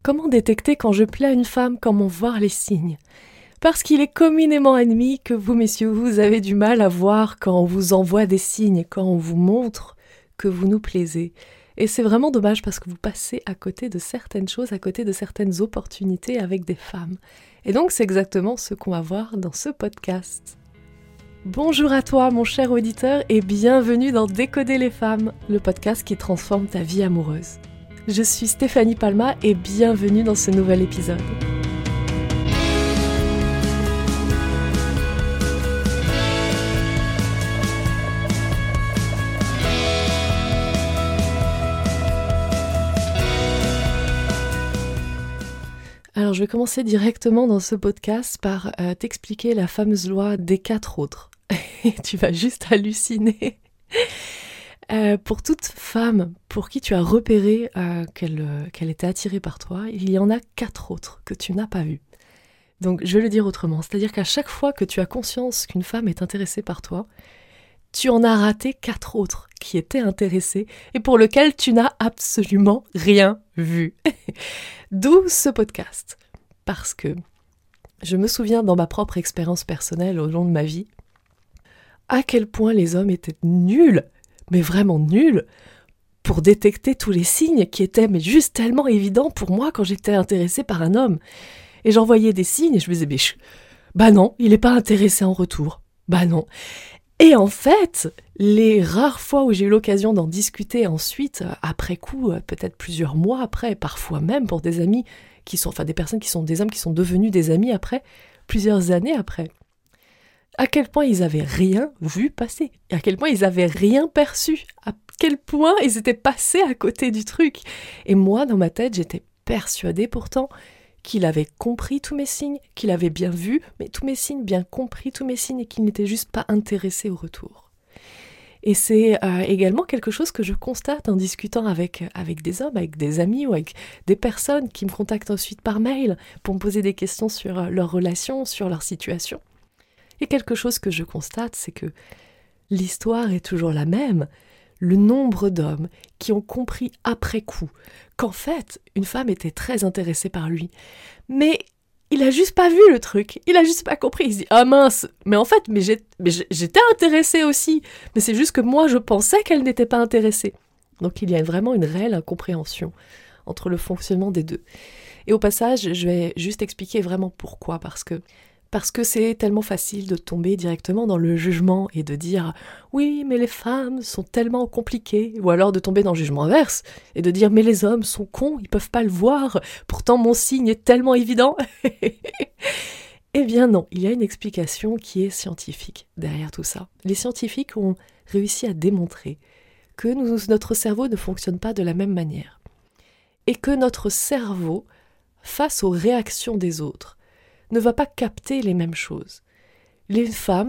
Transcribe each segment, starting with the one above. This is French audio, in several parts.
Comment détecter quand je plais à une femme? Comment voir les signes? Parce qu'il est communément admis que vous, messieurs, vous avez du mal à voir quand on vous envoie des signes, quand on vous montre que vous nous plaisez. Et c'est vraiment dommage parce que vous passez à côté de certaines choses, à côté de certaines opportunités avec des femmes. Et donc c'est exactement ce qu'on va voir dans ce podcast. Bonjour à toi, mon cher auditeur, et bienvenue dans Décoder les femmes, le podcast qui transforme ta vie amoureuse. Je suis Stéphanie Palma et bienvenue dans ce nouvel épisode. Alors je vais commencer directement dans ce podcast par t'expliquer la fameuse loi des 4 autres. Et tu vas juste halluciner. Pour toute femme pour qui tu as repéré qu'elle était attirée par toi, il y en a 4 autres que tu n'as pas vues. Donc je vais le dire autrement, c'est-à-dire qu'à chaque fois que tu as conscience qu'une femme est intéressée par toi, tu en as raté 4 autres qui étaient intéressés et pour lesquels tu n'as absolument rien vu. D'où ce podcast. Parce que je me souviens dans ma propre expérience personnelle au long de ma vie, à quel point les hommes étaient nuls, mais vraiment nuls, pour détecter tous les signes qui étaient mais juste tellement évidents pour moi quand j'étais intéressée par un homme. Et j'envoyais des signes et je me disais, bah non, il n'est pas intéressé en retour. Bah non. Et en fait, les rares fois où j'ai eu l'occasion d'en discuter ensuite, après coup, peut-être plusieurs mois après, parfois même pour des amis qui sont, des personnes qui sont des hommes qui sont devenus des amis après, plusieurs années après, à quel point ils avaient rien vu passer, à quel point ils avaient rien perçu, à quel point ils étaient passés à côté du truc. Et moi, dans ma tête, j'étais persuadée pourtant qu'il avait compris tous mes signes, qu'il avait bien vu mais tous mes signes, bien compris tous mes signes et qu'il n'était juste pas intéressé au retour. Et c'est également quelque chose que je constate en discutant avec des hommes, avec des amis ou avec des personnes qui me contactent ensuite par mail pour me poser des questions sur leur relation, sur leur situation. Et quelque chose que je constate, c'est que l'histoire est toujours la même. Le nombre d'hommes qui ont compris après coup qu'en fait, une femme était très intéressée par lui. Mais il a juste pas vu le truc, il a juste pas compris. Il se dit « Ah mince, mais en fait, j'étais intéressée aussi. Mais c'est juste que moi, je pensais qu'elle n'était pas intéressée. » Donc il y a vraiment une réelle incompréhension entre le fonctionnement des deux. Et au passage, je vais juste expliquer vraiment pourquoi. Parce que c'est tellement facile de tomber directement dans le jugement et de dire « Oui, mais les femmes sont tellement compliquées » ou alors de tomber dans le jugement inverse et de dire « Mais les hommes sont cons, ils peuvent pas le voir, pourtant mon signe est tellement évident » Eh bien non, il y a une explication qui est scientifique derrière tout ça. Les scientifiques ont réussi à démontrer que notre cerveau ne fonctionne pas de la même manière et que notre cerveau, face aux réactions des autres, ne va pas capter les mêmes choses. Les femmes,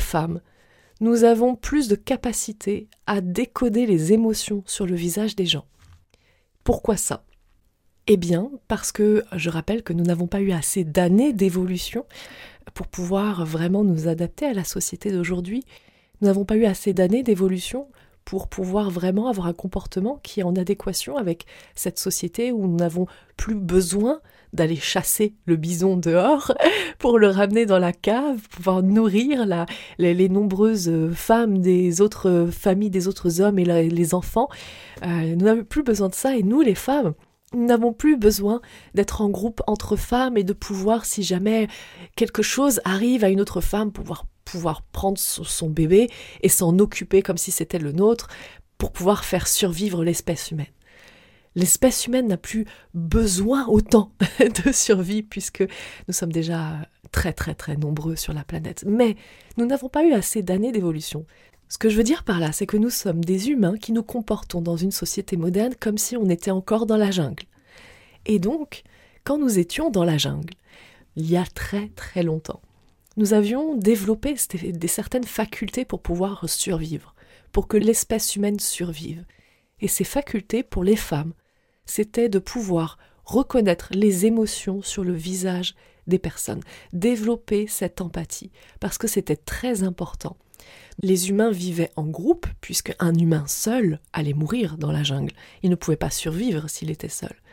nous avons plus de capacité à décoder les émotions sur le visage des gens. Pourquoi ça? Eh bien, parce que je rappelle que nous n'avons pas eu assez d'années d'évolution pour pouvoir vraiment nous adapter à la société d'aujourd'hui. Nous n'avons pas eu assez d'années d'évolution pour pouvoir vraiment avoir un comportement qui est en adéquation avec cette société où nous n'avons plus besoin d'aller chasser le bison dehors pour le ramener dans la cave, pour pouvoir nourrir les nombreuses femmes des autres familles, des autres hommes et les enfants. Nous n'avons plus besoin de ça et nous, les femmes, nous n'avons plus besoin d'être en groupe entre femmes et de pouvoir, si jamais quelque chose arrive à une autre femme, pouvoir prendre son bébé et s'en occuper comme si c'était le nôtre pour pouvoir faire survivre l'espèce humaine. L'espèce humaine n'a plus besoin autant de survie puisque nous sommes déjà très très très nombreux sur la planète. Mais nous n'avons pas eu assez d'années d'évolution. Ce que je veux dire par là, c'est que nous sommes des humains qui nous comportons dans une société moderne comme si on était encore dans la jungle. Et donc, quand nous étions dans la jungle, il y a très très longtemps, nous avions développé certaines facultés pour pouvoir survivre, pour que l'espèce humaine survive. Et ces facultés, pour les femmes, c'était de pouvoir reconnaître les émotions sur le visage des personnes, développer cette empathie, parce que c'était très important. Les humains vivaient en groupe, puisque un humain seul allait mourir dans la jungle. Il ne pouvait pas survivre s'il était seul.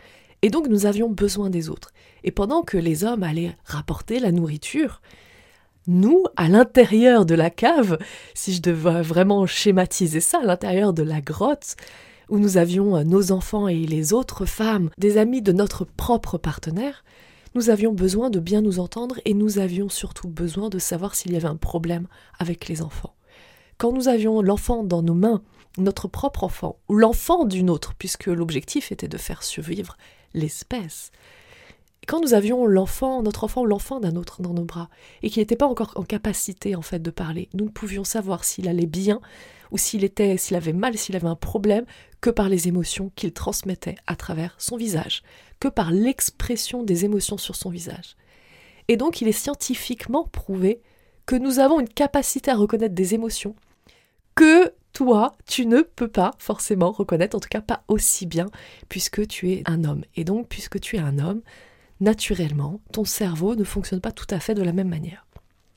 Et donc nous avions besoin des autres. Et pendant que les hommes allaient rapporter la nourriture, nous, à l'intérieur de la cave, si je devais vraiment schématiser ça, à l'intérieur de la grotte, où nous avions nos enfants et les autres femmes, des amis de notre propre partenaire, nous avions besoin de bien nous entendre et nous avions surtout besoin de savoir s'il y avait un problème avec les enfants. Quand nous avions l'enfant dans nos mains, notre propre enfant, ou l'enfant d'une autre, puisque l'objectif était de faire survivre l'espèce, et quand nous avions notre enfant ou l'enfant d'un autre dans nos bras, et qui n'était pas encore en capacité en fait de parler, nous ne pouvions savoir s'il allait bien, ou s'il avait mal, s'il avait un problème, que par les émotions qu'il transmettait à travers son visage, que par l'expression des émotions sur son visage. Et donc il est scientifiquement prouvé que nous avons une capacité à reconnaître des émotions que toi, tu ne peux pas forcément reconnaître, en tout cas pas aussi bien, puisque tu es un homme. Et donc, puisque tu es un homme, naturellement, ton cerveau ne fonctionne pas tout à fait de la même manière.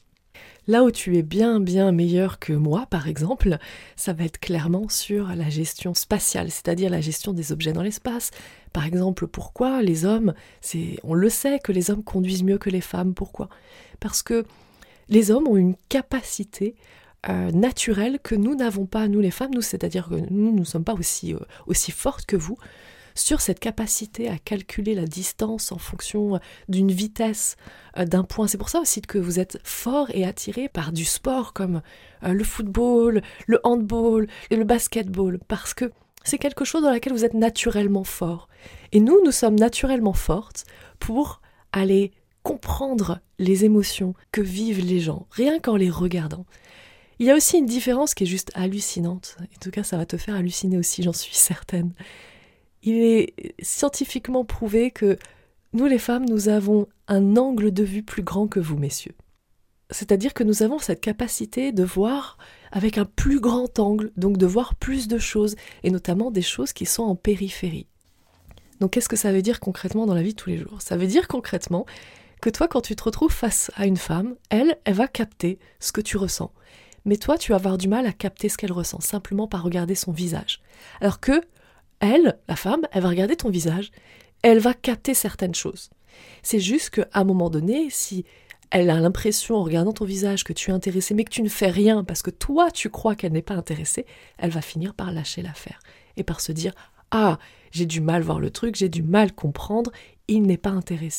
Là où tu es bien meilleur que moi, par exemple, ça va être clairement sur la gestion spatiale, c'est-à-dire la gestion des objets dans l'espace. Par exemple, pourquoi les hommes, on le sait que les hommes conduisent mieux que les femmes, pourquoi ? Parce que les hommes ont une capacité naturelle que nous n'avons pas, nous les femmes, c'est-à-dire que nous ne sommes pas aussi fortes que vous, sur cette capacité à calculer la distance en fonction d'une vitesse d'un point. C'est pour ça aussi que vous êtes fort et attiré par du sport comme le football, le handball et le basketball, parce que c'est quelque chose dans lequel vous êtes naturellement fort. Et nous sommes naturellement fortes pour aller comprendre les émotions que vivent les gens, rien qu'en les regardant. Il y a aussi une différence qui est juste hallucinante. En tout cas, ça va te faire halluciner aussi, j'en suis certaine. Il est scientifiquement prouvé que nous, les femmes, nous avons un angle de vue plus grand que vous, messieurs. C'est-à-dire que nous avons cette capacité de voir avec un plus grand angle, donc de voir plus de choses, et notamment des choses qui sont en périphérie. Donc qu'est-ce que ça veut dire concrètement dans la vie de tous les jours ? Ça veut dire concrètement que toi, quand tu te retrouves face à une femme, elle va capter ce que tu ressens. Mais toi, tu vas avoir du mal à capter ce qu'elle ressent, simplement par regarder son visage. Alors que elle, la femme, elle va regarder ton visage, elle va capter certaines choses. C'est juste qu'à un moment donné, si elle a l'impression, en regardant ton visage, que tu es intéressé, mais que tu ne fais rien parce que toi, tu crois qu'elle n'est pas intéressée, elle va finir par lâcher l'affaire et par se dire « Ah, j'ai du mal voir le truc, j'ai du mal comprendre, il n'est pas intéressé. »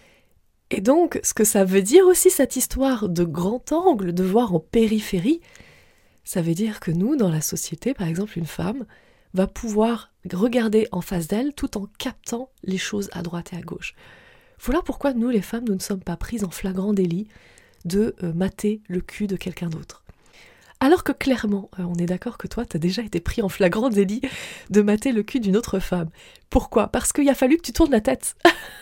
Et donc, ce que ça veut dire aussi, cette histoire de grand angle, de voir en périphérie, ça veut dire que nous, dans la société, par exemple, une femme va pouvoir regarder en face d'elle tout en captant les choses à droite et à gauche. Voilà pourquoi nous, les femmes, nous ne sommes pas prises en flagrant délit de mater le cul de quelqu'un d'autre. Alors que clairement, on est d'accord que toi, t'as déjà été pris en flagrant délit de mater le cul d'une autre femme. Pourquoi ? Parce qu'il a fallu que tu tournes la tête.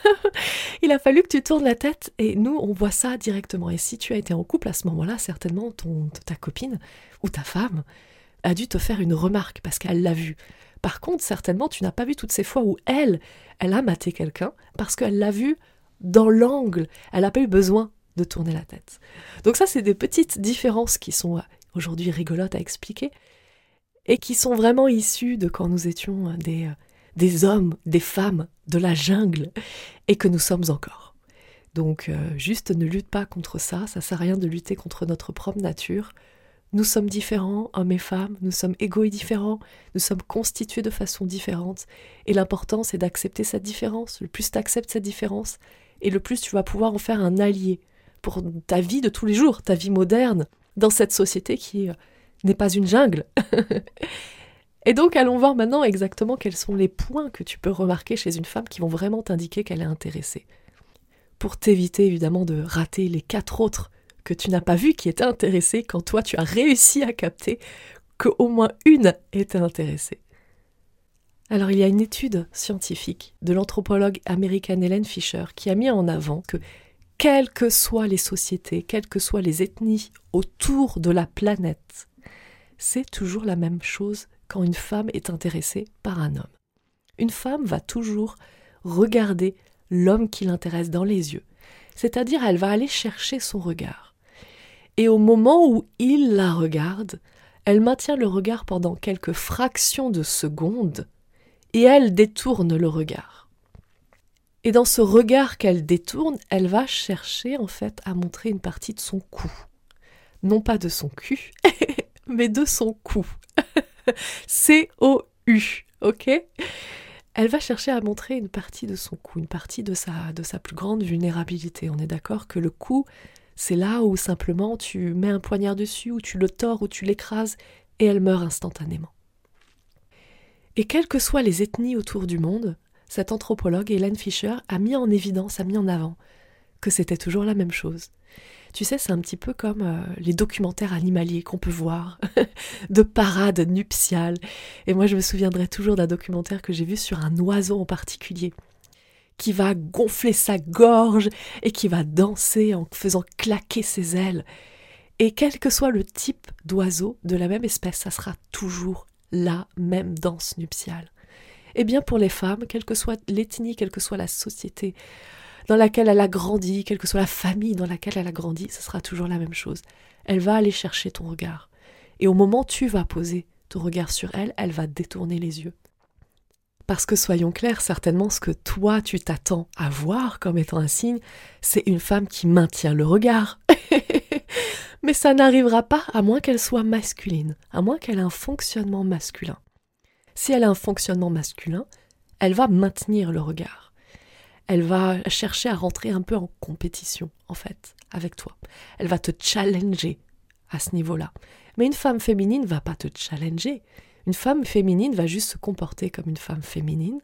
Il a fallu que tu tournes la tête et nous, on voit ça directement. Et si tu as été en couple à ce moment-là, certainement ta copine ou ta femme a dû te faire une remarque parce qu'elle l'a vu. Par contre, certainement, tu n'as pas vu toutes ces fois où elle a maté quelqu'un parce qu'elle l'a vu dans l'angle. Elle n'a pas eu besoin de tourner la tête. Donc ça, c'est des petites différences qui sont aujourd'hui rigolotes à expliquer et qui sont vraiment issues de quand nous étions des hommes, des femmes de la jungle et que nous sommes encore. Donc juste ne lutte pas contre ça, ça sert à rien de lutter contre notre propre nature. Nous sommes différents, hommes et femmes, nous sommes égaux et différents, nous sommes constitués de façon différente et l'important c'est d'accepter cette différence. Le plus tu acceptes cette différence et le plus tu vas pouvoir en faire un allié pour ta vie de tous les jours, ta vie moderne, dans cette société qui n'est pas une jungle. Et donc allons voir maintenant exactement quels sont les points que tu peux remarquer chez une femme qui vont vraiment t'indiquer qu'elle est intéressée. Pour t'éviter évidemment de rater les 4 autres que tu n'as pas vu qui étaient intéressées quand toi tu as réussi à capter qu'au moins une était intéressée. Alors il y a une étude scientifique de l'anthropologue américaine Helen Fisher qui a mis en avant que quelles que soient les sociétés, quelles que soient les ethnies autour de la planète, c'est toujours la même chose quand une femme est intéressée par un homme. Une femme va toujours regarder l'homme qui l'intéresse dans les yeux, c'est-à-dire elle va aller chercher son regard. Et au moment où il la regarde, elle maintient le regard pendant quelques fractions de secondes et elle détourne le regard. Et dans ce regard qu'elle détourne, elle va chercher en fait à montrer une partie de son cou. Non pas de son cul, mais de son cou. C-O-U, ok ? Elle va chercher à montrer une partie de son cou, une partie de sa plus grande vulnérabilité. On est d'accord que le cou, c'est là où simplement tu mets un poignard dessus, ou tu le tords, ou tu l'écrases, et elle meurt instantanément. Et quelles que soient les ethnies autour du monde, cette anthropologue, Hélène Fisher, a mis en évidence, a mis en avant que c'était toujours la même chose. Tu sais, c'est un petit peu comme les documentaires animaliers qu'on peut voir, de parades nuptiales. Et moi, je me souviendrai toujours d'un documentaire que j'ai vu sur un oiseau en particulier, qui va gonfler sa gorge et qui va danser en faisant claquer ses ailes. Et quel que soit le type d'oiseau de la même espèce, ça sera toujours la même danse nuptiale. Eh bien, pour les femmes, quelle que soit l'ethnie, quelle que soit la société dans laquelle elle a grandi, quelle que soit la famille dans laquelle elle a grandi, ce sera toujours la même chose. Elle va aller chercher ton regard. Et au moment où tu vas poser ton regard sur elle, elle va détourner les yeux. Parce que soyons clairs, certainement ce que toi tu t'attends à voir comme étant un signe, c'est une femme qui maintient le regard. Mais ça n'arrivera pas à moins qu'elle soit masculine, à moins qu'elle ait un fonctionnement masculin. Si elle a un fonctionnement masculin, elle va maintenir le regard. Elle va chercher à rentrer un peu en compétition, en fait, avec toi. Elle va te challenger à ce niveau-là. Mais une femme féminine ne va pas te challenger. Une femme féminine va juste se comporter comme une femme féminine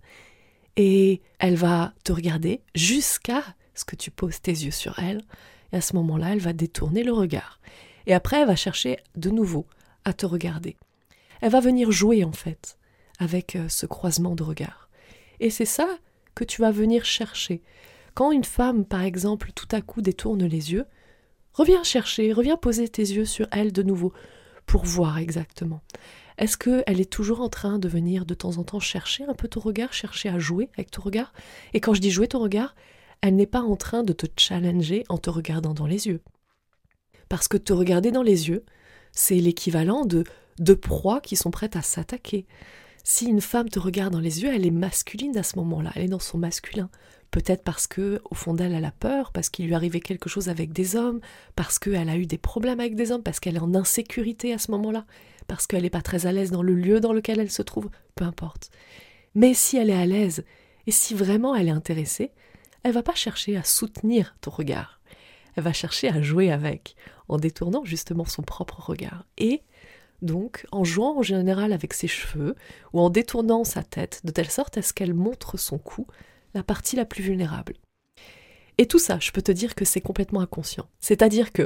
et elle va te regarder jusqu'à ce que tu poses tes yeux sur elle. Et à ce moment-là, elle va détourner le regard. Et après, elle va chercher de nouveau à te regarder. Elle va venir jouer, en fait, avec ce croisement de regard. Et c'est ça que tu vas venir chercher. Quand une femme, par exemple, tout à coup détourne les yeux, reviens chercher, reviens poser tes yeux sur elle de nouveau pour voir exactement. Est-ce qu'elle est toujours en train de venir de temps en temps chercher un peu ton regard, chercher à jouer avec ton regard ? Et quand je dis jouer ton regard, elle n'est pas en train de te challenger en te regardant dans les yeux. Parce que te regarder dans les yeux, c'est l'équivalent de deux proies qui sont prêtes à s'attaquer. Si une femme te regarde dans les yeux, elle est masculine à ce moment-là, elle est dans son masculin. Peut-être parce que, au fond d'elle, elle a peur, parce qu'il lui arrivait quelque chose avec des hommes, parce qu'elle a eu des problèmes avec des hommes, parce qu'elle est en insécurité à ce moment-là, parce qu'elle n'est pas très à l'aise dans le lieu dans lequel elle se trouve, peu importe. Mais si elle est à l'aise, et si vraiment elle est intéressée, elle va pas chercher à soutenir ton regard. Elle va chercher à jouer avec, en détournant justement son propre regard. Et donc, en jouant en général avec ses cheveux ou en détournant sa tête de telle sorte à ce qu'elle montre son cou, la partie la plus vulnérable. Et tout ça, je peux te dire que c'est complètement inconscient. C'est-à-dire que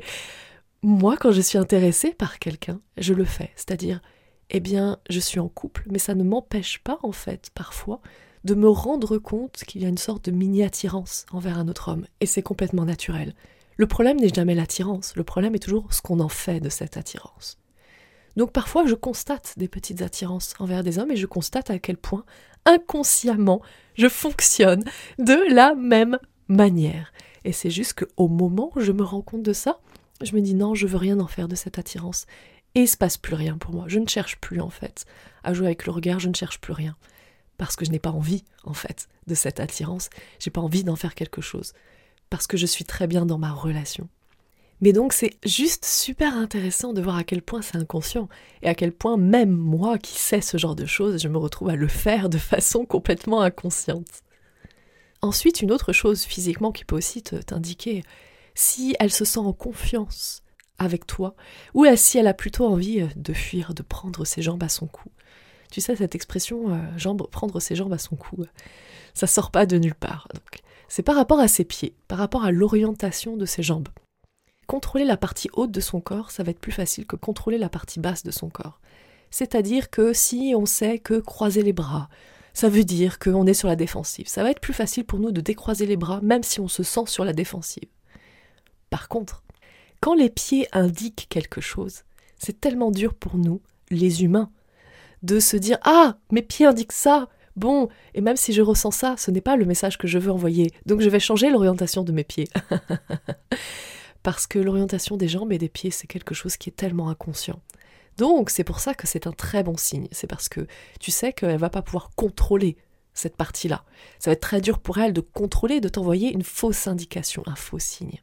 moi, quand je suis intéressée par quelqu'un, je le fais. C'est-à-dire, eh bien, je suis en couple, mais ça ne m'empêche pas, en fait, parfois, de me rendre compte qu'il y a une sorte de mini-attirance envers un autre homme. Et c'est complètement naturel. Le problème n'est jamais l'attirance, le problème est toujours ce qu'on en fait de cette attirance. Donc parfois, je constate des petites attirances envers des hommes et je constate à quel point, inconsciemment, je fonctionne de la même manière. Et c'est juste qu'au moment où je me rends compte de ça, je me dis non, je veux rien en faire de cette attirance. Et il ne se passe plus rien pour moi. Je ne cherche plus, en fait, à jouer avec le regard, je ne cherche plus rien. Parce que je n'ai pas envie, en fait, de cette attirance. J'ai pas envie d'en faire quelque chose. Parce que je suis très bien dans ma relation. Mais donc c'est juste super intéressant de voir à quel point c'est inconscient et à quel point même moi qui sais ce genre de choses, je me retrouve à le faire de façon complètement inconsciente. Ensuite, une autre chose physiquement qui peut aussi t'indiquer si elle se sent en confiance avec toi ou si elle a plutôt envie de fuir, de prendre ses jambes à son cou. Tu sais, cette expression prendre ses jambes à son cou, ça sort pas de nulle part. Donc, c'est par rapport à ses pieds, par rapport à l'orientation de ses jambes. Contrôler la partie haute de son corps, ça va être plus facile que contrôler la partie basse de son corps. C'est-à-dire que si on sait que croiser les bras, ça veut dire qu'on est sur la défensive. Ça va être plus facile pour nous de décroiser les bras, même si on se sent sur la défensive. Par contre, quand les pieds indiquent quelque chose, c'est tellement dur pour nous, les humains, de se dire « Ah, mes pieds indiquent ça !» Bon, et même si je ressens ça, ce n'est pas le message que je veux envoyer. Donc je vais changer l'orientation de mes pieds. Parce que l'orientation des jambes et des pieds, c'est quelque chose qui est tellement inconscient. Donc, c'est pour ça que c'est un très bon signe. C'est parce que tu sais qu'elle ne va pas pouvoir contrôler cette partie-là. Ça va être très dur pour elle de contrôler, de t'envoyer une fausse indication, un faux signe.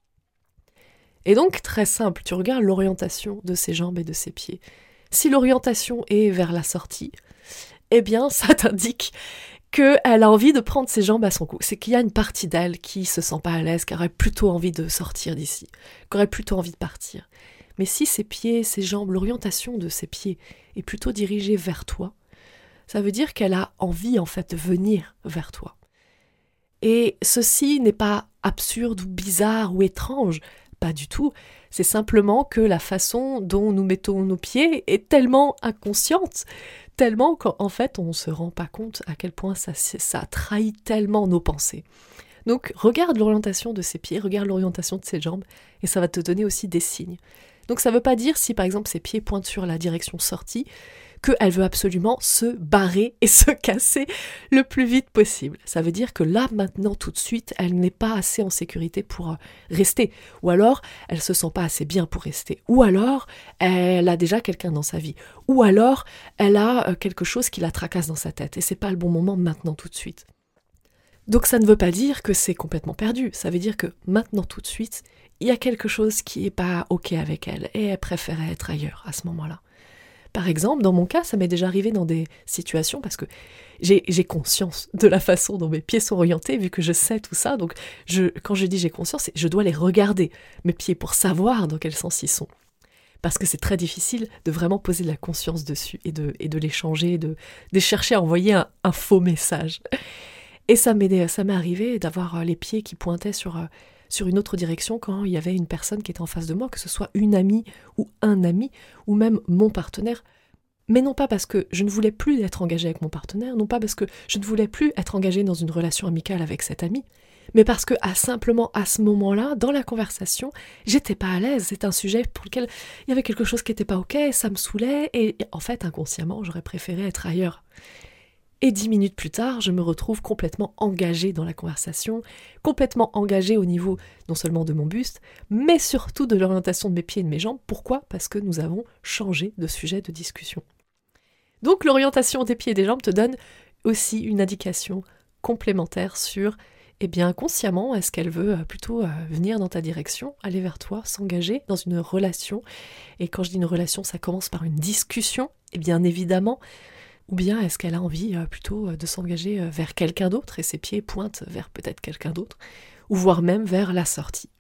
Et donc, très simple, tu regardes l'orientation de ses jambes et de ses pieds. Si l'orientation est vers la sortie, eh bien, ça t'indique qu'elle a envie de prendre ses jambes à son cou. C'est qu'il y a une partie d'elle qui se sent pas à l'aise, qui aurait plutôt envie de sortir d'ici, qui aurait plutôt envie de partir. Mais si ses pieds, ses jambes, l'orientation de ses pieds est plutôt dirigée vers toi, ça veut dire qu'elle a envie en fait de venir vers toi. Et ceci n'est pas absurde ou bizarre ou étrange, pas du tout. C'est simplement que la façon dont nous mettons nos pieds est tellement inconsciente, tellement qu'en fait on ne se rend pas compte à quel point ça trahit tellement nos pensées. Donc regarde l'orientation de ses pieds, regarde l'orientation de ses jambes, et ça va te donner aussi des signes. Donc ça ne veut pas dire si par exemple ses pieds pointent sur la direction sortie, qu'elle veut absolument se barrer et se casser le plus vite possible. Ça veut dire que là, maintenant, tout de suite, elle n'est pas assez en sécurité pour rester. Ou alors, elle ne se sent pas assez bien pour rester. Ou alors, elle a déjà quelqu'un dans sa vie. Ou alors, elle a quelque chose qui la tracasse dans sa tête. Et c'est pas le bon moment maintenant, tout de suite. Donc ça ne veut pas dire que c'est complètement perdu. Ça veut dire que maintenant, tout de suite, il y a quelque chose qui n'est pas OK avec elle. Et elle préférait être ailleurs à ce moment-là. Par exemple, dans mon cas, ça m'est déjà arrivé dans des situations parce que j'ai conscience de la façon dont mes pieds sont orientés, vu que je sais tout ça. Donc, quand je dis j'ai conscience, je dois les regarder, mes pieds, pour savoir dans quel sens ils sont. Parce que c'est très difficile de vraiment poser de la conscience dessus et de les changer, de chercher à envoyer un faux message. Et ça m'est arrivé d'avoir les pieds qui pointaient sur une autre direction quand il y avait une personne qui était en face de moi, que ce soit une amie ou un ami, ou même mon partenaire. Mais non pas parce que je ne voulais plus être engagée avec mon partenaire, non pas parce que je ne voulais plus être engagée dans une relation amicale avec cet ami, mais parce que simplement à ce moment-là, dans la conversation, j'étais pas à l'aise. C'est un sujet pour lequel il y avait quelque chose qui n'était pas OK, ça me saoulait, et en fait, inconsciemment, j'aurais préféré être ailleurs. Et 10 minutes plus tard, je me retrouve complètement engagée dans la conversation, complètement engagée au niveau non seulement de mon buste, mais surtout de l'orientation de mes pieds et de mes jambes. Pourquoi ? Parce que nous avons changé de sujet de discussion. Donc l'orientation des pieds et des jambes te donne aussi une indication complémentaire sur, consciemment, est-ce qu'elle veut plutôt venir dans ta direction, aller vers toi, s'engager dans une relation. Et quand je dis une relation, ça commence par une discussion, et bien évidemment. Ou bien est-ce qu'elle a envie plutôt de s'engager vers quelqu'un d'autre et ses pieds pointent vers peut-être quelqu'un d'autre, ou voire même vers la sortie.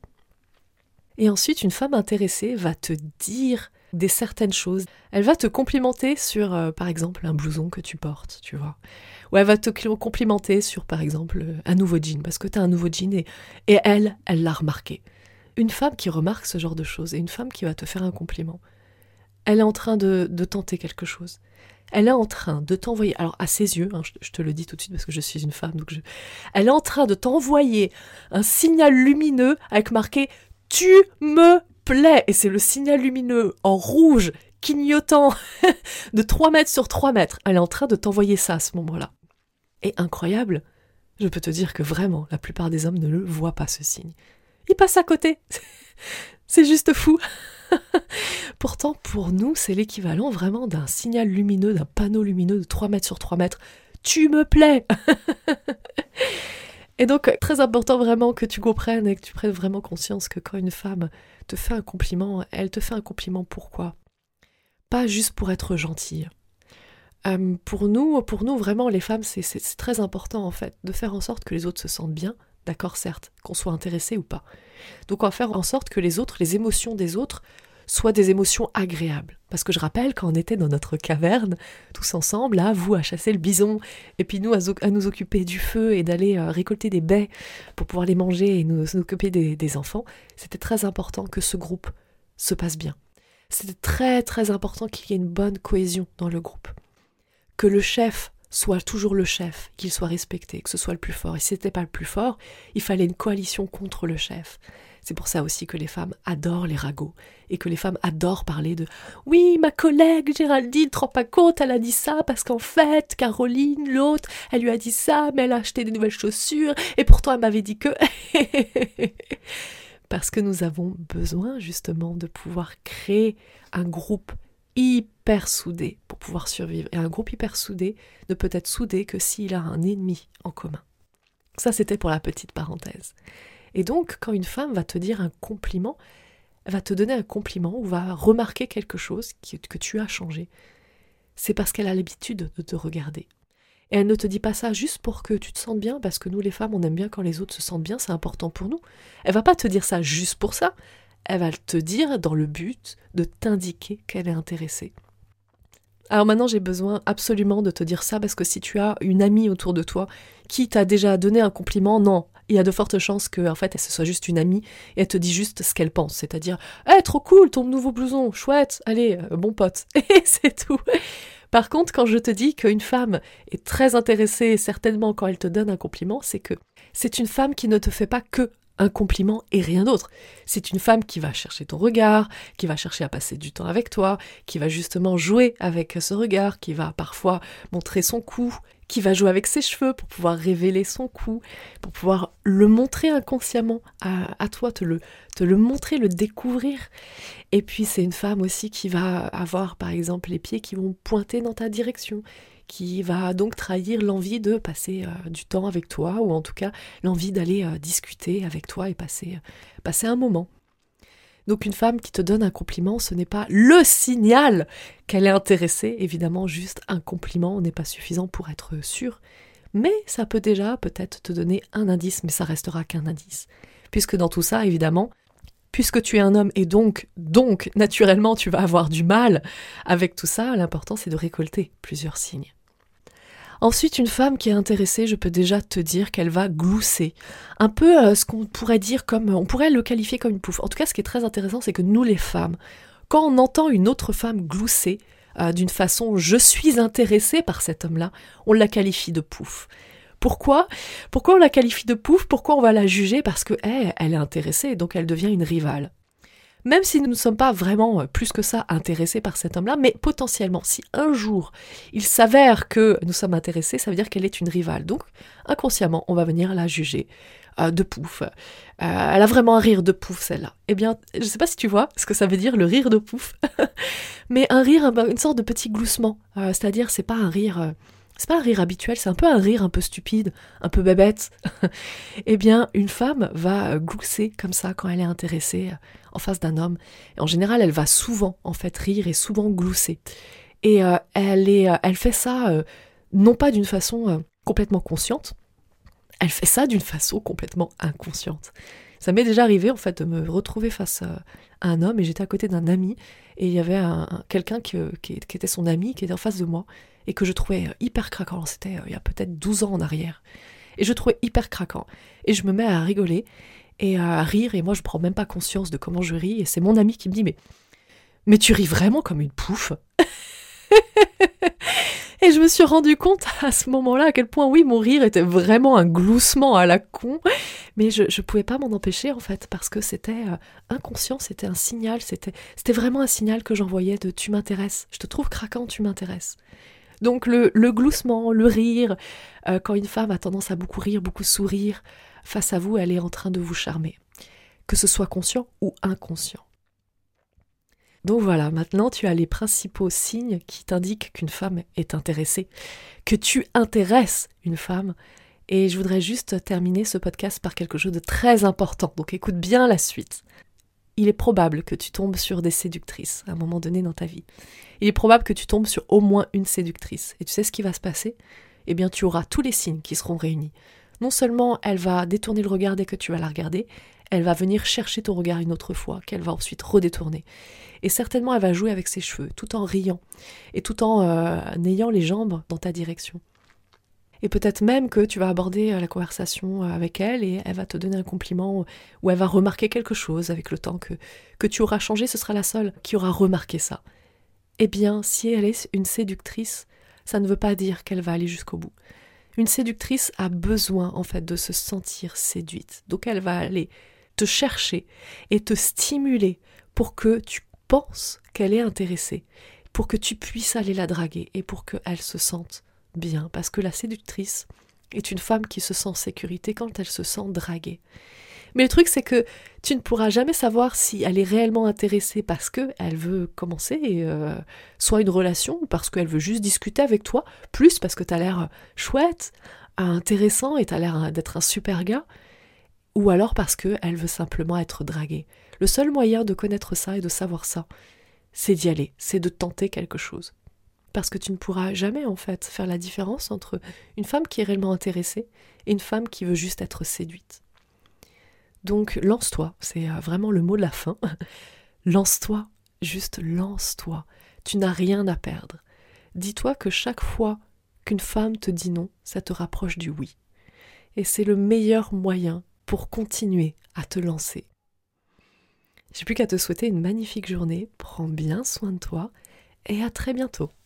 Et ensuite, une femme intéressée va te dire des certaines choses. Elle va te complimenter sur, par exemple, un blouson que tu portes, tu vois. Ou elle va te complimenter sur, par exemple, un nouveau jean, parce que tu as un nouveau jean et elle l'a remarqué. Une femme qui remarque ce genre de choses et une femme qui va te faire un compliment, elle est en train de tenter quelque chose. Elle est en train de t'envoyer, alors à ses yeux, je te le dis tout de suite parce que je suis une femme, elle est en train de t'envoyer un signal lumineux avec marqué « Tu me plais !» Et c'est le signal lumineux en rouge, clignotant de 3 mètres sur 3 mètres. Elle est en train de t'envoyer ça à ce moment-là. Et incroyable, je peux te dire que vraiment, la plupart des hommes ne le voient pas ce signe. Ils passent à côté. C'est juste fou. Pourtant, pour nous, c'est l'équivalent vraiment d'un signal lumineux, d'un panneau lumineux de 3 mètres sur 3 mètres. Tu me plais. Et donc, très important vraiment que tu comprennes et que tu prennes vraiment conscience que quand une femme te fait un compliment, elle te fait un compliment pourquoi ? Pas juste pour être gentille. Pour nous, vraiment, les femmes, c'est très important en fait, de faire en sorte que les autres se sentent bien, d'accord, certes, qu'on soit intéressé ou pas. Donc on va faire en sorte que les émotions des autres soient des émotions agréables. Parce que je rappelle, quand on était dans notre caverne, tous ensemble, là, vous à chasser le bison, et puis nous à nous occuper du feu et d'aller récolter des baies pour pouvoir les manger et nous occuper des enfants, c'était très important que ce groupe se passe bien. C'était très très important qu'il y ait une bonne cohésion dans le groupe. Que le chef soit toujours le chef, qu'il soit respecté, que ce soit le plus fort. Et si c'était pas le plus fort, il fallait une coalition contre le chef. C'est pour ça aussi que les femmes adorent les ragots et que les femmes adorent parler de « Oui, ma collègue Géraldine, te rends pas compte, elle a dit ça parce qu'en fait, Caroline, l'autre, elle lui a dit ça, mais elle a acheté des nouvelles chaussures et pourtant elle m'avait dit que... » Parce que nous avons besoin justement de pouvoir créer un groupe hyper soudé pour pouvoir survivre. Et un groupe hyper soudé ne peut être soudé que s'il a un ennemi en commun. Ça, c'était pour la petite parenthèse. Et donc, quand une femme va te dire un compliment, elle va te donner un compliment ou va remarquer quelque chose que tu as changé, c'est parce qu'elle a l'habitude de te regarder. Et elle ne te dit pas ça juste pour que tu te sentes bien, parce que nous les femmes, on aime bien quand les autres se sentent bien, c'est important pour nous. Elle va pas te dire ça juste pour ça, elle va te dire dans le but de t'indiquer qu'elle est intéressée. Alors maintenant, j'ai besoin absolument de te dire ça, parce que si tu as une amie autour de toi qui t'a déjà donné un compliment, non, il y a de fortes chances qu'en fait, elle ce soit juste une amie, et elle te dit juste ce qu'elle pense, c'est-à-dire « Hey, trop cool, ton nouveau blouson, chouette, allez, bon pote », et c'est tout. Par contre, quand je te dis qu'une femme est très intéressée, certainement quand elle te donne un compliment, c'est que c'est une femme qui ne te fait pas que un compliment et rien d'autre. C'est une femme qui va chercher ton regard, qui va chercher à passer du temps avec toi, qui va justement jouer avec ce regard, qui va parfois montrer son cou, qui va jouer avec ses cheveux pour pouvoir révéler son cou, pour pouvoir le montrer inconsciemment à toi, te le montrer, le découvrir. Et puis c'est une femme aussi qui va avoir par exemple les pieds qui vont pointer dans ta direction, qui va donc trahir l'envie de passer du temps avec toi, ou en tout cas l'envie d'aller discuter avec toi et passer un moment. Donc une femme qui te donne un compliment, ce n'est pas le signal qu'elle est intéressée. Évidemment, juste un compliment n'est pas suffisant pour être sûr. Mais ça peut déjà peut-être te donner un indice, mais ça restera qu'un indice. Puisque dans tout ça, évidemment, puisque tu es un homme et donc, naturellement, tu vas avoir du mal avec tout ça, l'important c'est de récolter plusieurs signes. Ensuite, une femme qui est intéressée, je peux déjà te dire qu'elle va glousser. Un peu ce qu'on pourrait dire comme... On pourrait le qualifier comme une pouffe. En tout cas, ce qui est très intéressant, c'est que nous, les femmes, quand on entend une autre femme glousser d'une façon « je suis intéressée par cet homme-là », on la qualifie de pouffe. Pourquoi on la qualifie de pouffe? Pourquoi on va la juger? Parce qu'elle est intéressée, donc elle devient une rivale. Même si nous ne sommes pas vraiment plus que ça intéressés par cet homme-là, mais potentiellement, si un jour il s'avère que nous sommes intéressés, ça veut dire qu'elle est une rivale. Donc, inconsciemment, on va venir la juger de pouffe. Elle a vraiment un rire de pouffe, celle-là. Eh bien, je ne sais pas si tu vois ce que ça veut dire, le rire de pouffe, mais un rire, une sorte de petit gloussement. C'est-à-dire, c'est pas un rire habituel, c'est un peu un rire un peu stupide, un peu bébête. Eh bien, une femme va glousser comme ça quand elle est intéressée en face d'un homme. Et en général, elle va souvent en fait rire et souvent glousser. Et elle fait ça non pas d'une façon complètement consciente, elle fait ça d'une façon complètement inconsciente. Ça m'est déjà arrivé en fait de me retrouver face à un homme et j'étais à côté d'un ami et il y avait quelqu'un qui était son ami qui était en face de moi et que je trouvais hyper craquant. C'était il y a peut-être 12 ans en arrière. Et je trouvais hyper craquant. Et je me mets à rigoler et à rire et moi je prends même pas conscience de comment je ris et c'est mon ami qui me dit mais tu ris vraiment comme une pouffe. Et je me suis rendu compte à ce moment-là à quel point oui mon rire était vraiment un gloussement à la con, mais je pouvais pas m'en empêcher en fait parce que c'était inconscient, c'était un signal, c'était vraiment un signal que j'envoyais de tu m'intéresses, je te trouve craquant, tu m'intéresses. Donc le gloussement, le rire, quand une femme a tendance à beaucoup rire, beaucoup sourire, face à vous, elle est en train de vous charmer, que ce soit conscient ou inconscient. Donc voilà, maintenant tu as les principaux signes qui t'indiquent qu'une femme est intéressée, que tu intéresses une femme. Et je voudrais juste terminer ce podcast par quelque chose de très important, donc écoute bien la suite. Il est probable que tu tombes sur des séductrices à un moment donné dans ta vie. Il est probable que tu tombes sur au moins une séductrice. Et tu sais ce qui va se passer? Eh bien, tu auras tous les signes qui seront réunis. Non seulement elle va détourner le regard dès que tu vas la regarder, elle va venir chercher ton regard une autre fois, qu'elle va ensuite redétourner. Et certainement, elle va jouer avec ses cheveux, tout en riant, et tout en ayant les jambes dans ta direction. Et peut-être même que tu vas aborder la conversation avec elle et elle va te donner un compliment ou elle va remarquer quelque chose avec le temps que tu auras changé, ce sera la seule qui aura remarqué ça. Eh bien, si elle est une séductrice, ça ne veut pas dire qu'elle va aller jusqu'au bout. Une séductrice a besoin en fait de se sentir séduite. Donc elle va aller te chercher et te stimuler pour que tu penses qu'elle est intéressée, pour que tu puisses aller la draguer et pour qu'elle se sente bien. Parce que la séductrice est une femme qui se sent en sécurité quand elle se sent draguée. Mais le truc, c'est que tu ne pourras jamais savoir si elle est réellement intéressée parce qu'elle veut commencer soit une relation, ou parce qu'elle veut juste discuter avec toi, plus parce que tu as l'air chouette, intéressant et tu as l'air d'être un super gars, ou alors parce qu'elle veut simplement être draguée. Le seul moyen de connaître ça et de savoir ça, c'est d'y aller, c'est de tenter quelque chose. Parce que tu ne pourras jamais en fait faire la différence entre une femme qui est réellement intéressée et une femme qui veut juste être séduite. Donc lance-toi, c'est vraiment le mot de la fin. Lance-toi, juste lance-toi. Tu n'as rien à perdre. Dis-toi que chaque fois qu'une femme te dit non, ça te rapproche du oui. Et c'est le meilleur moyen pour continuer à te lancer. J'ai plus qu'à te souhaiter une magnifique journée, prends bien soin de toi et à très bientôt.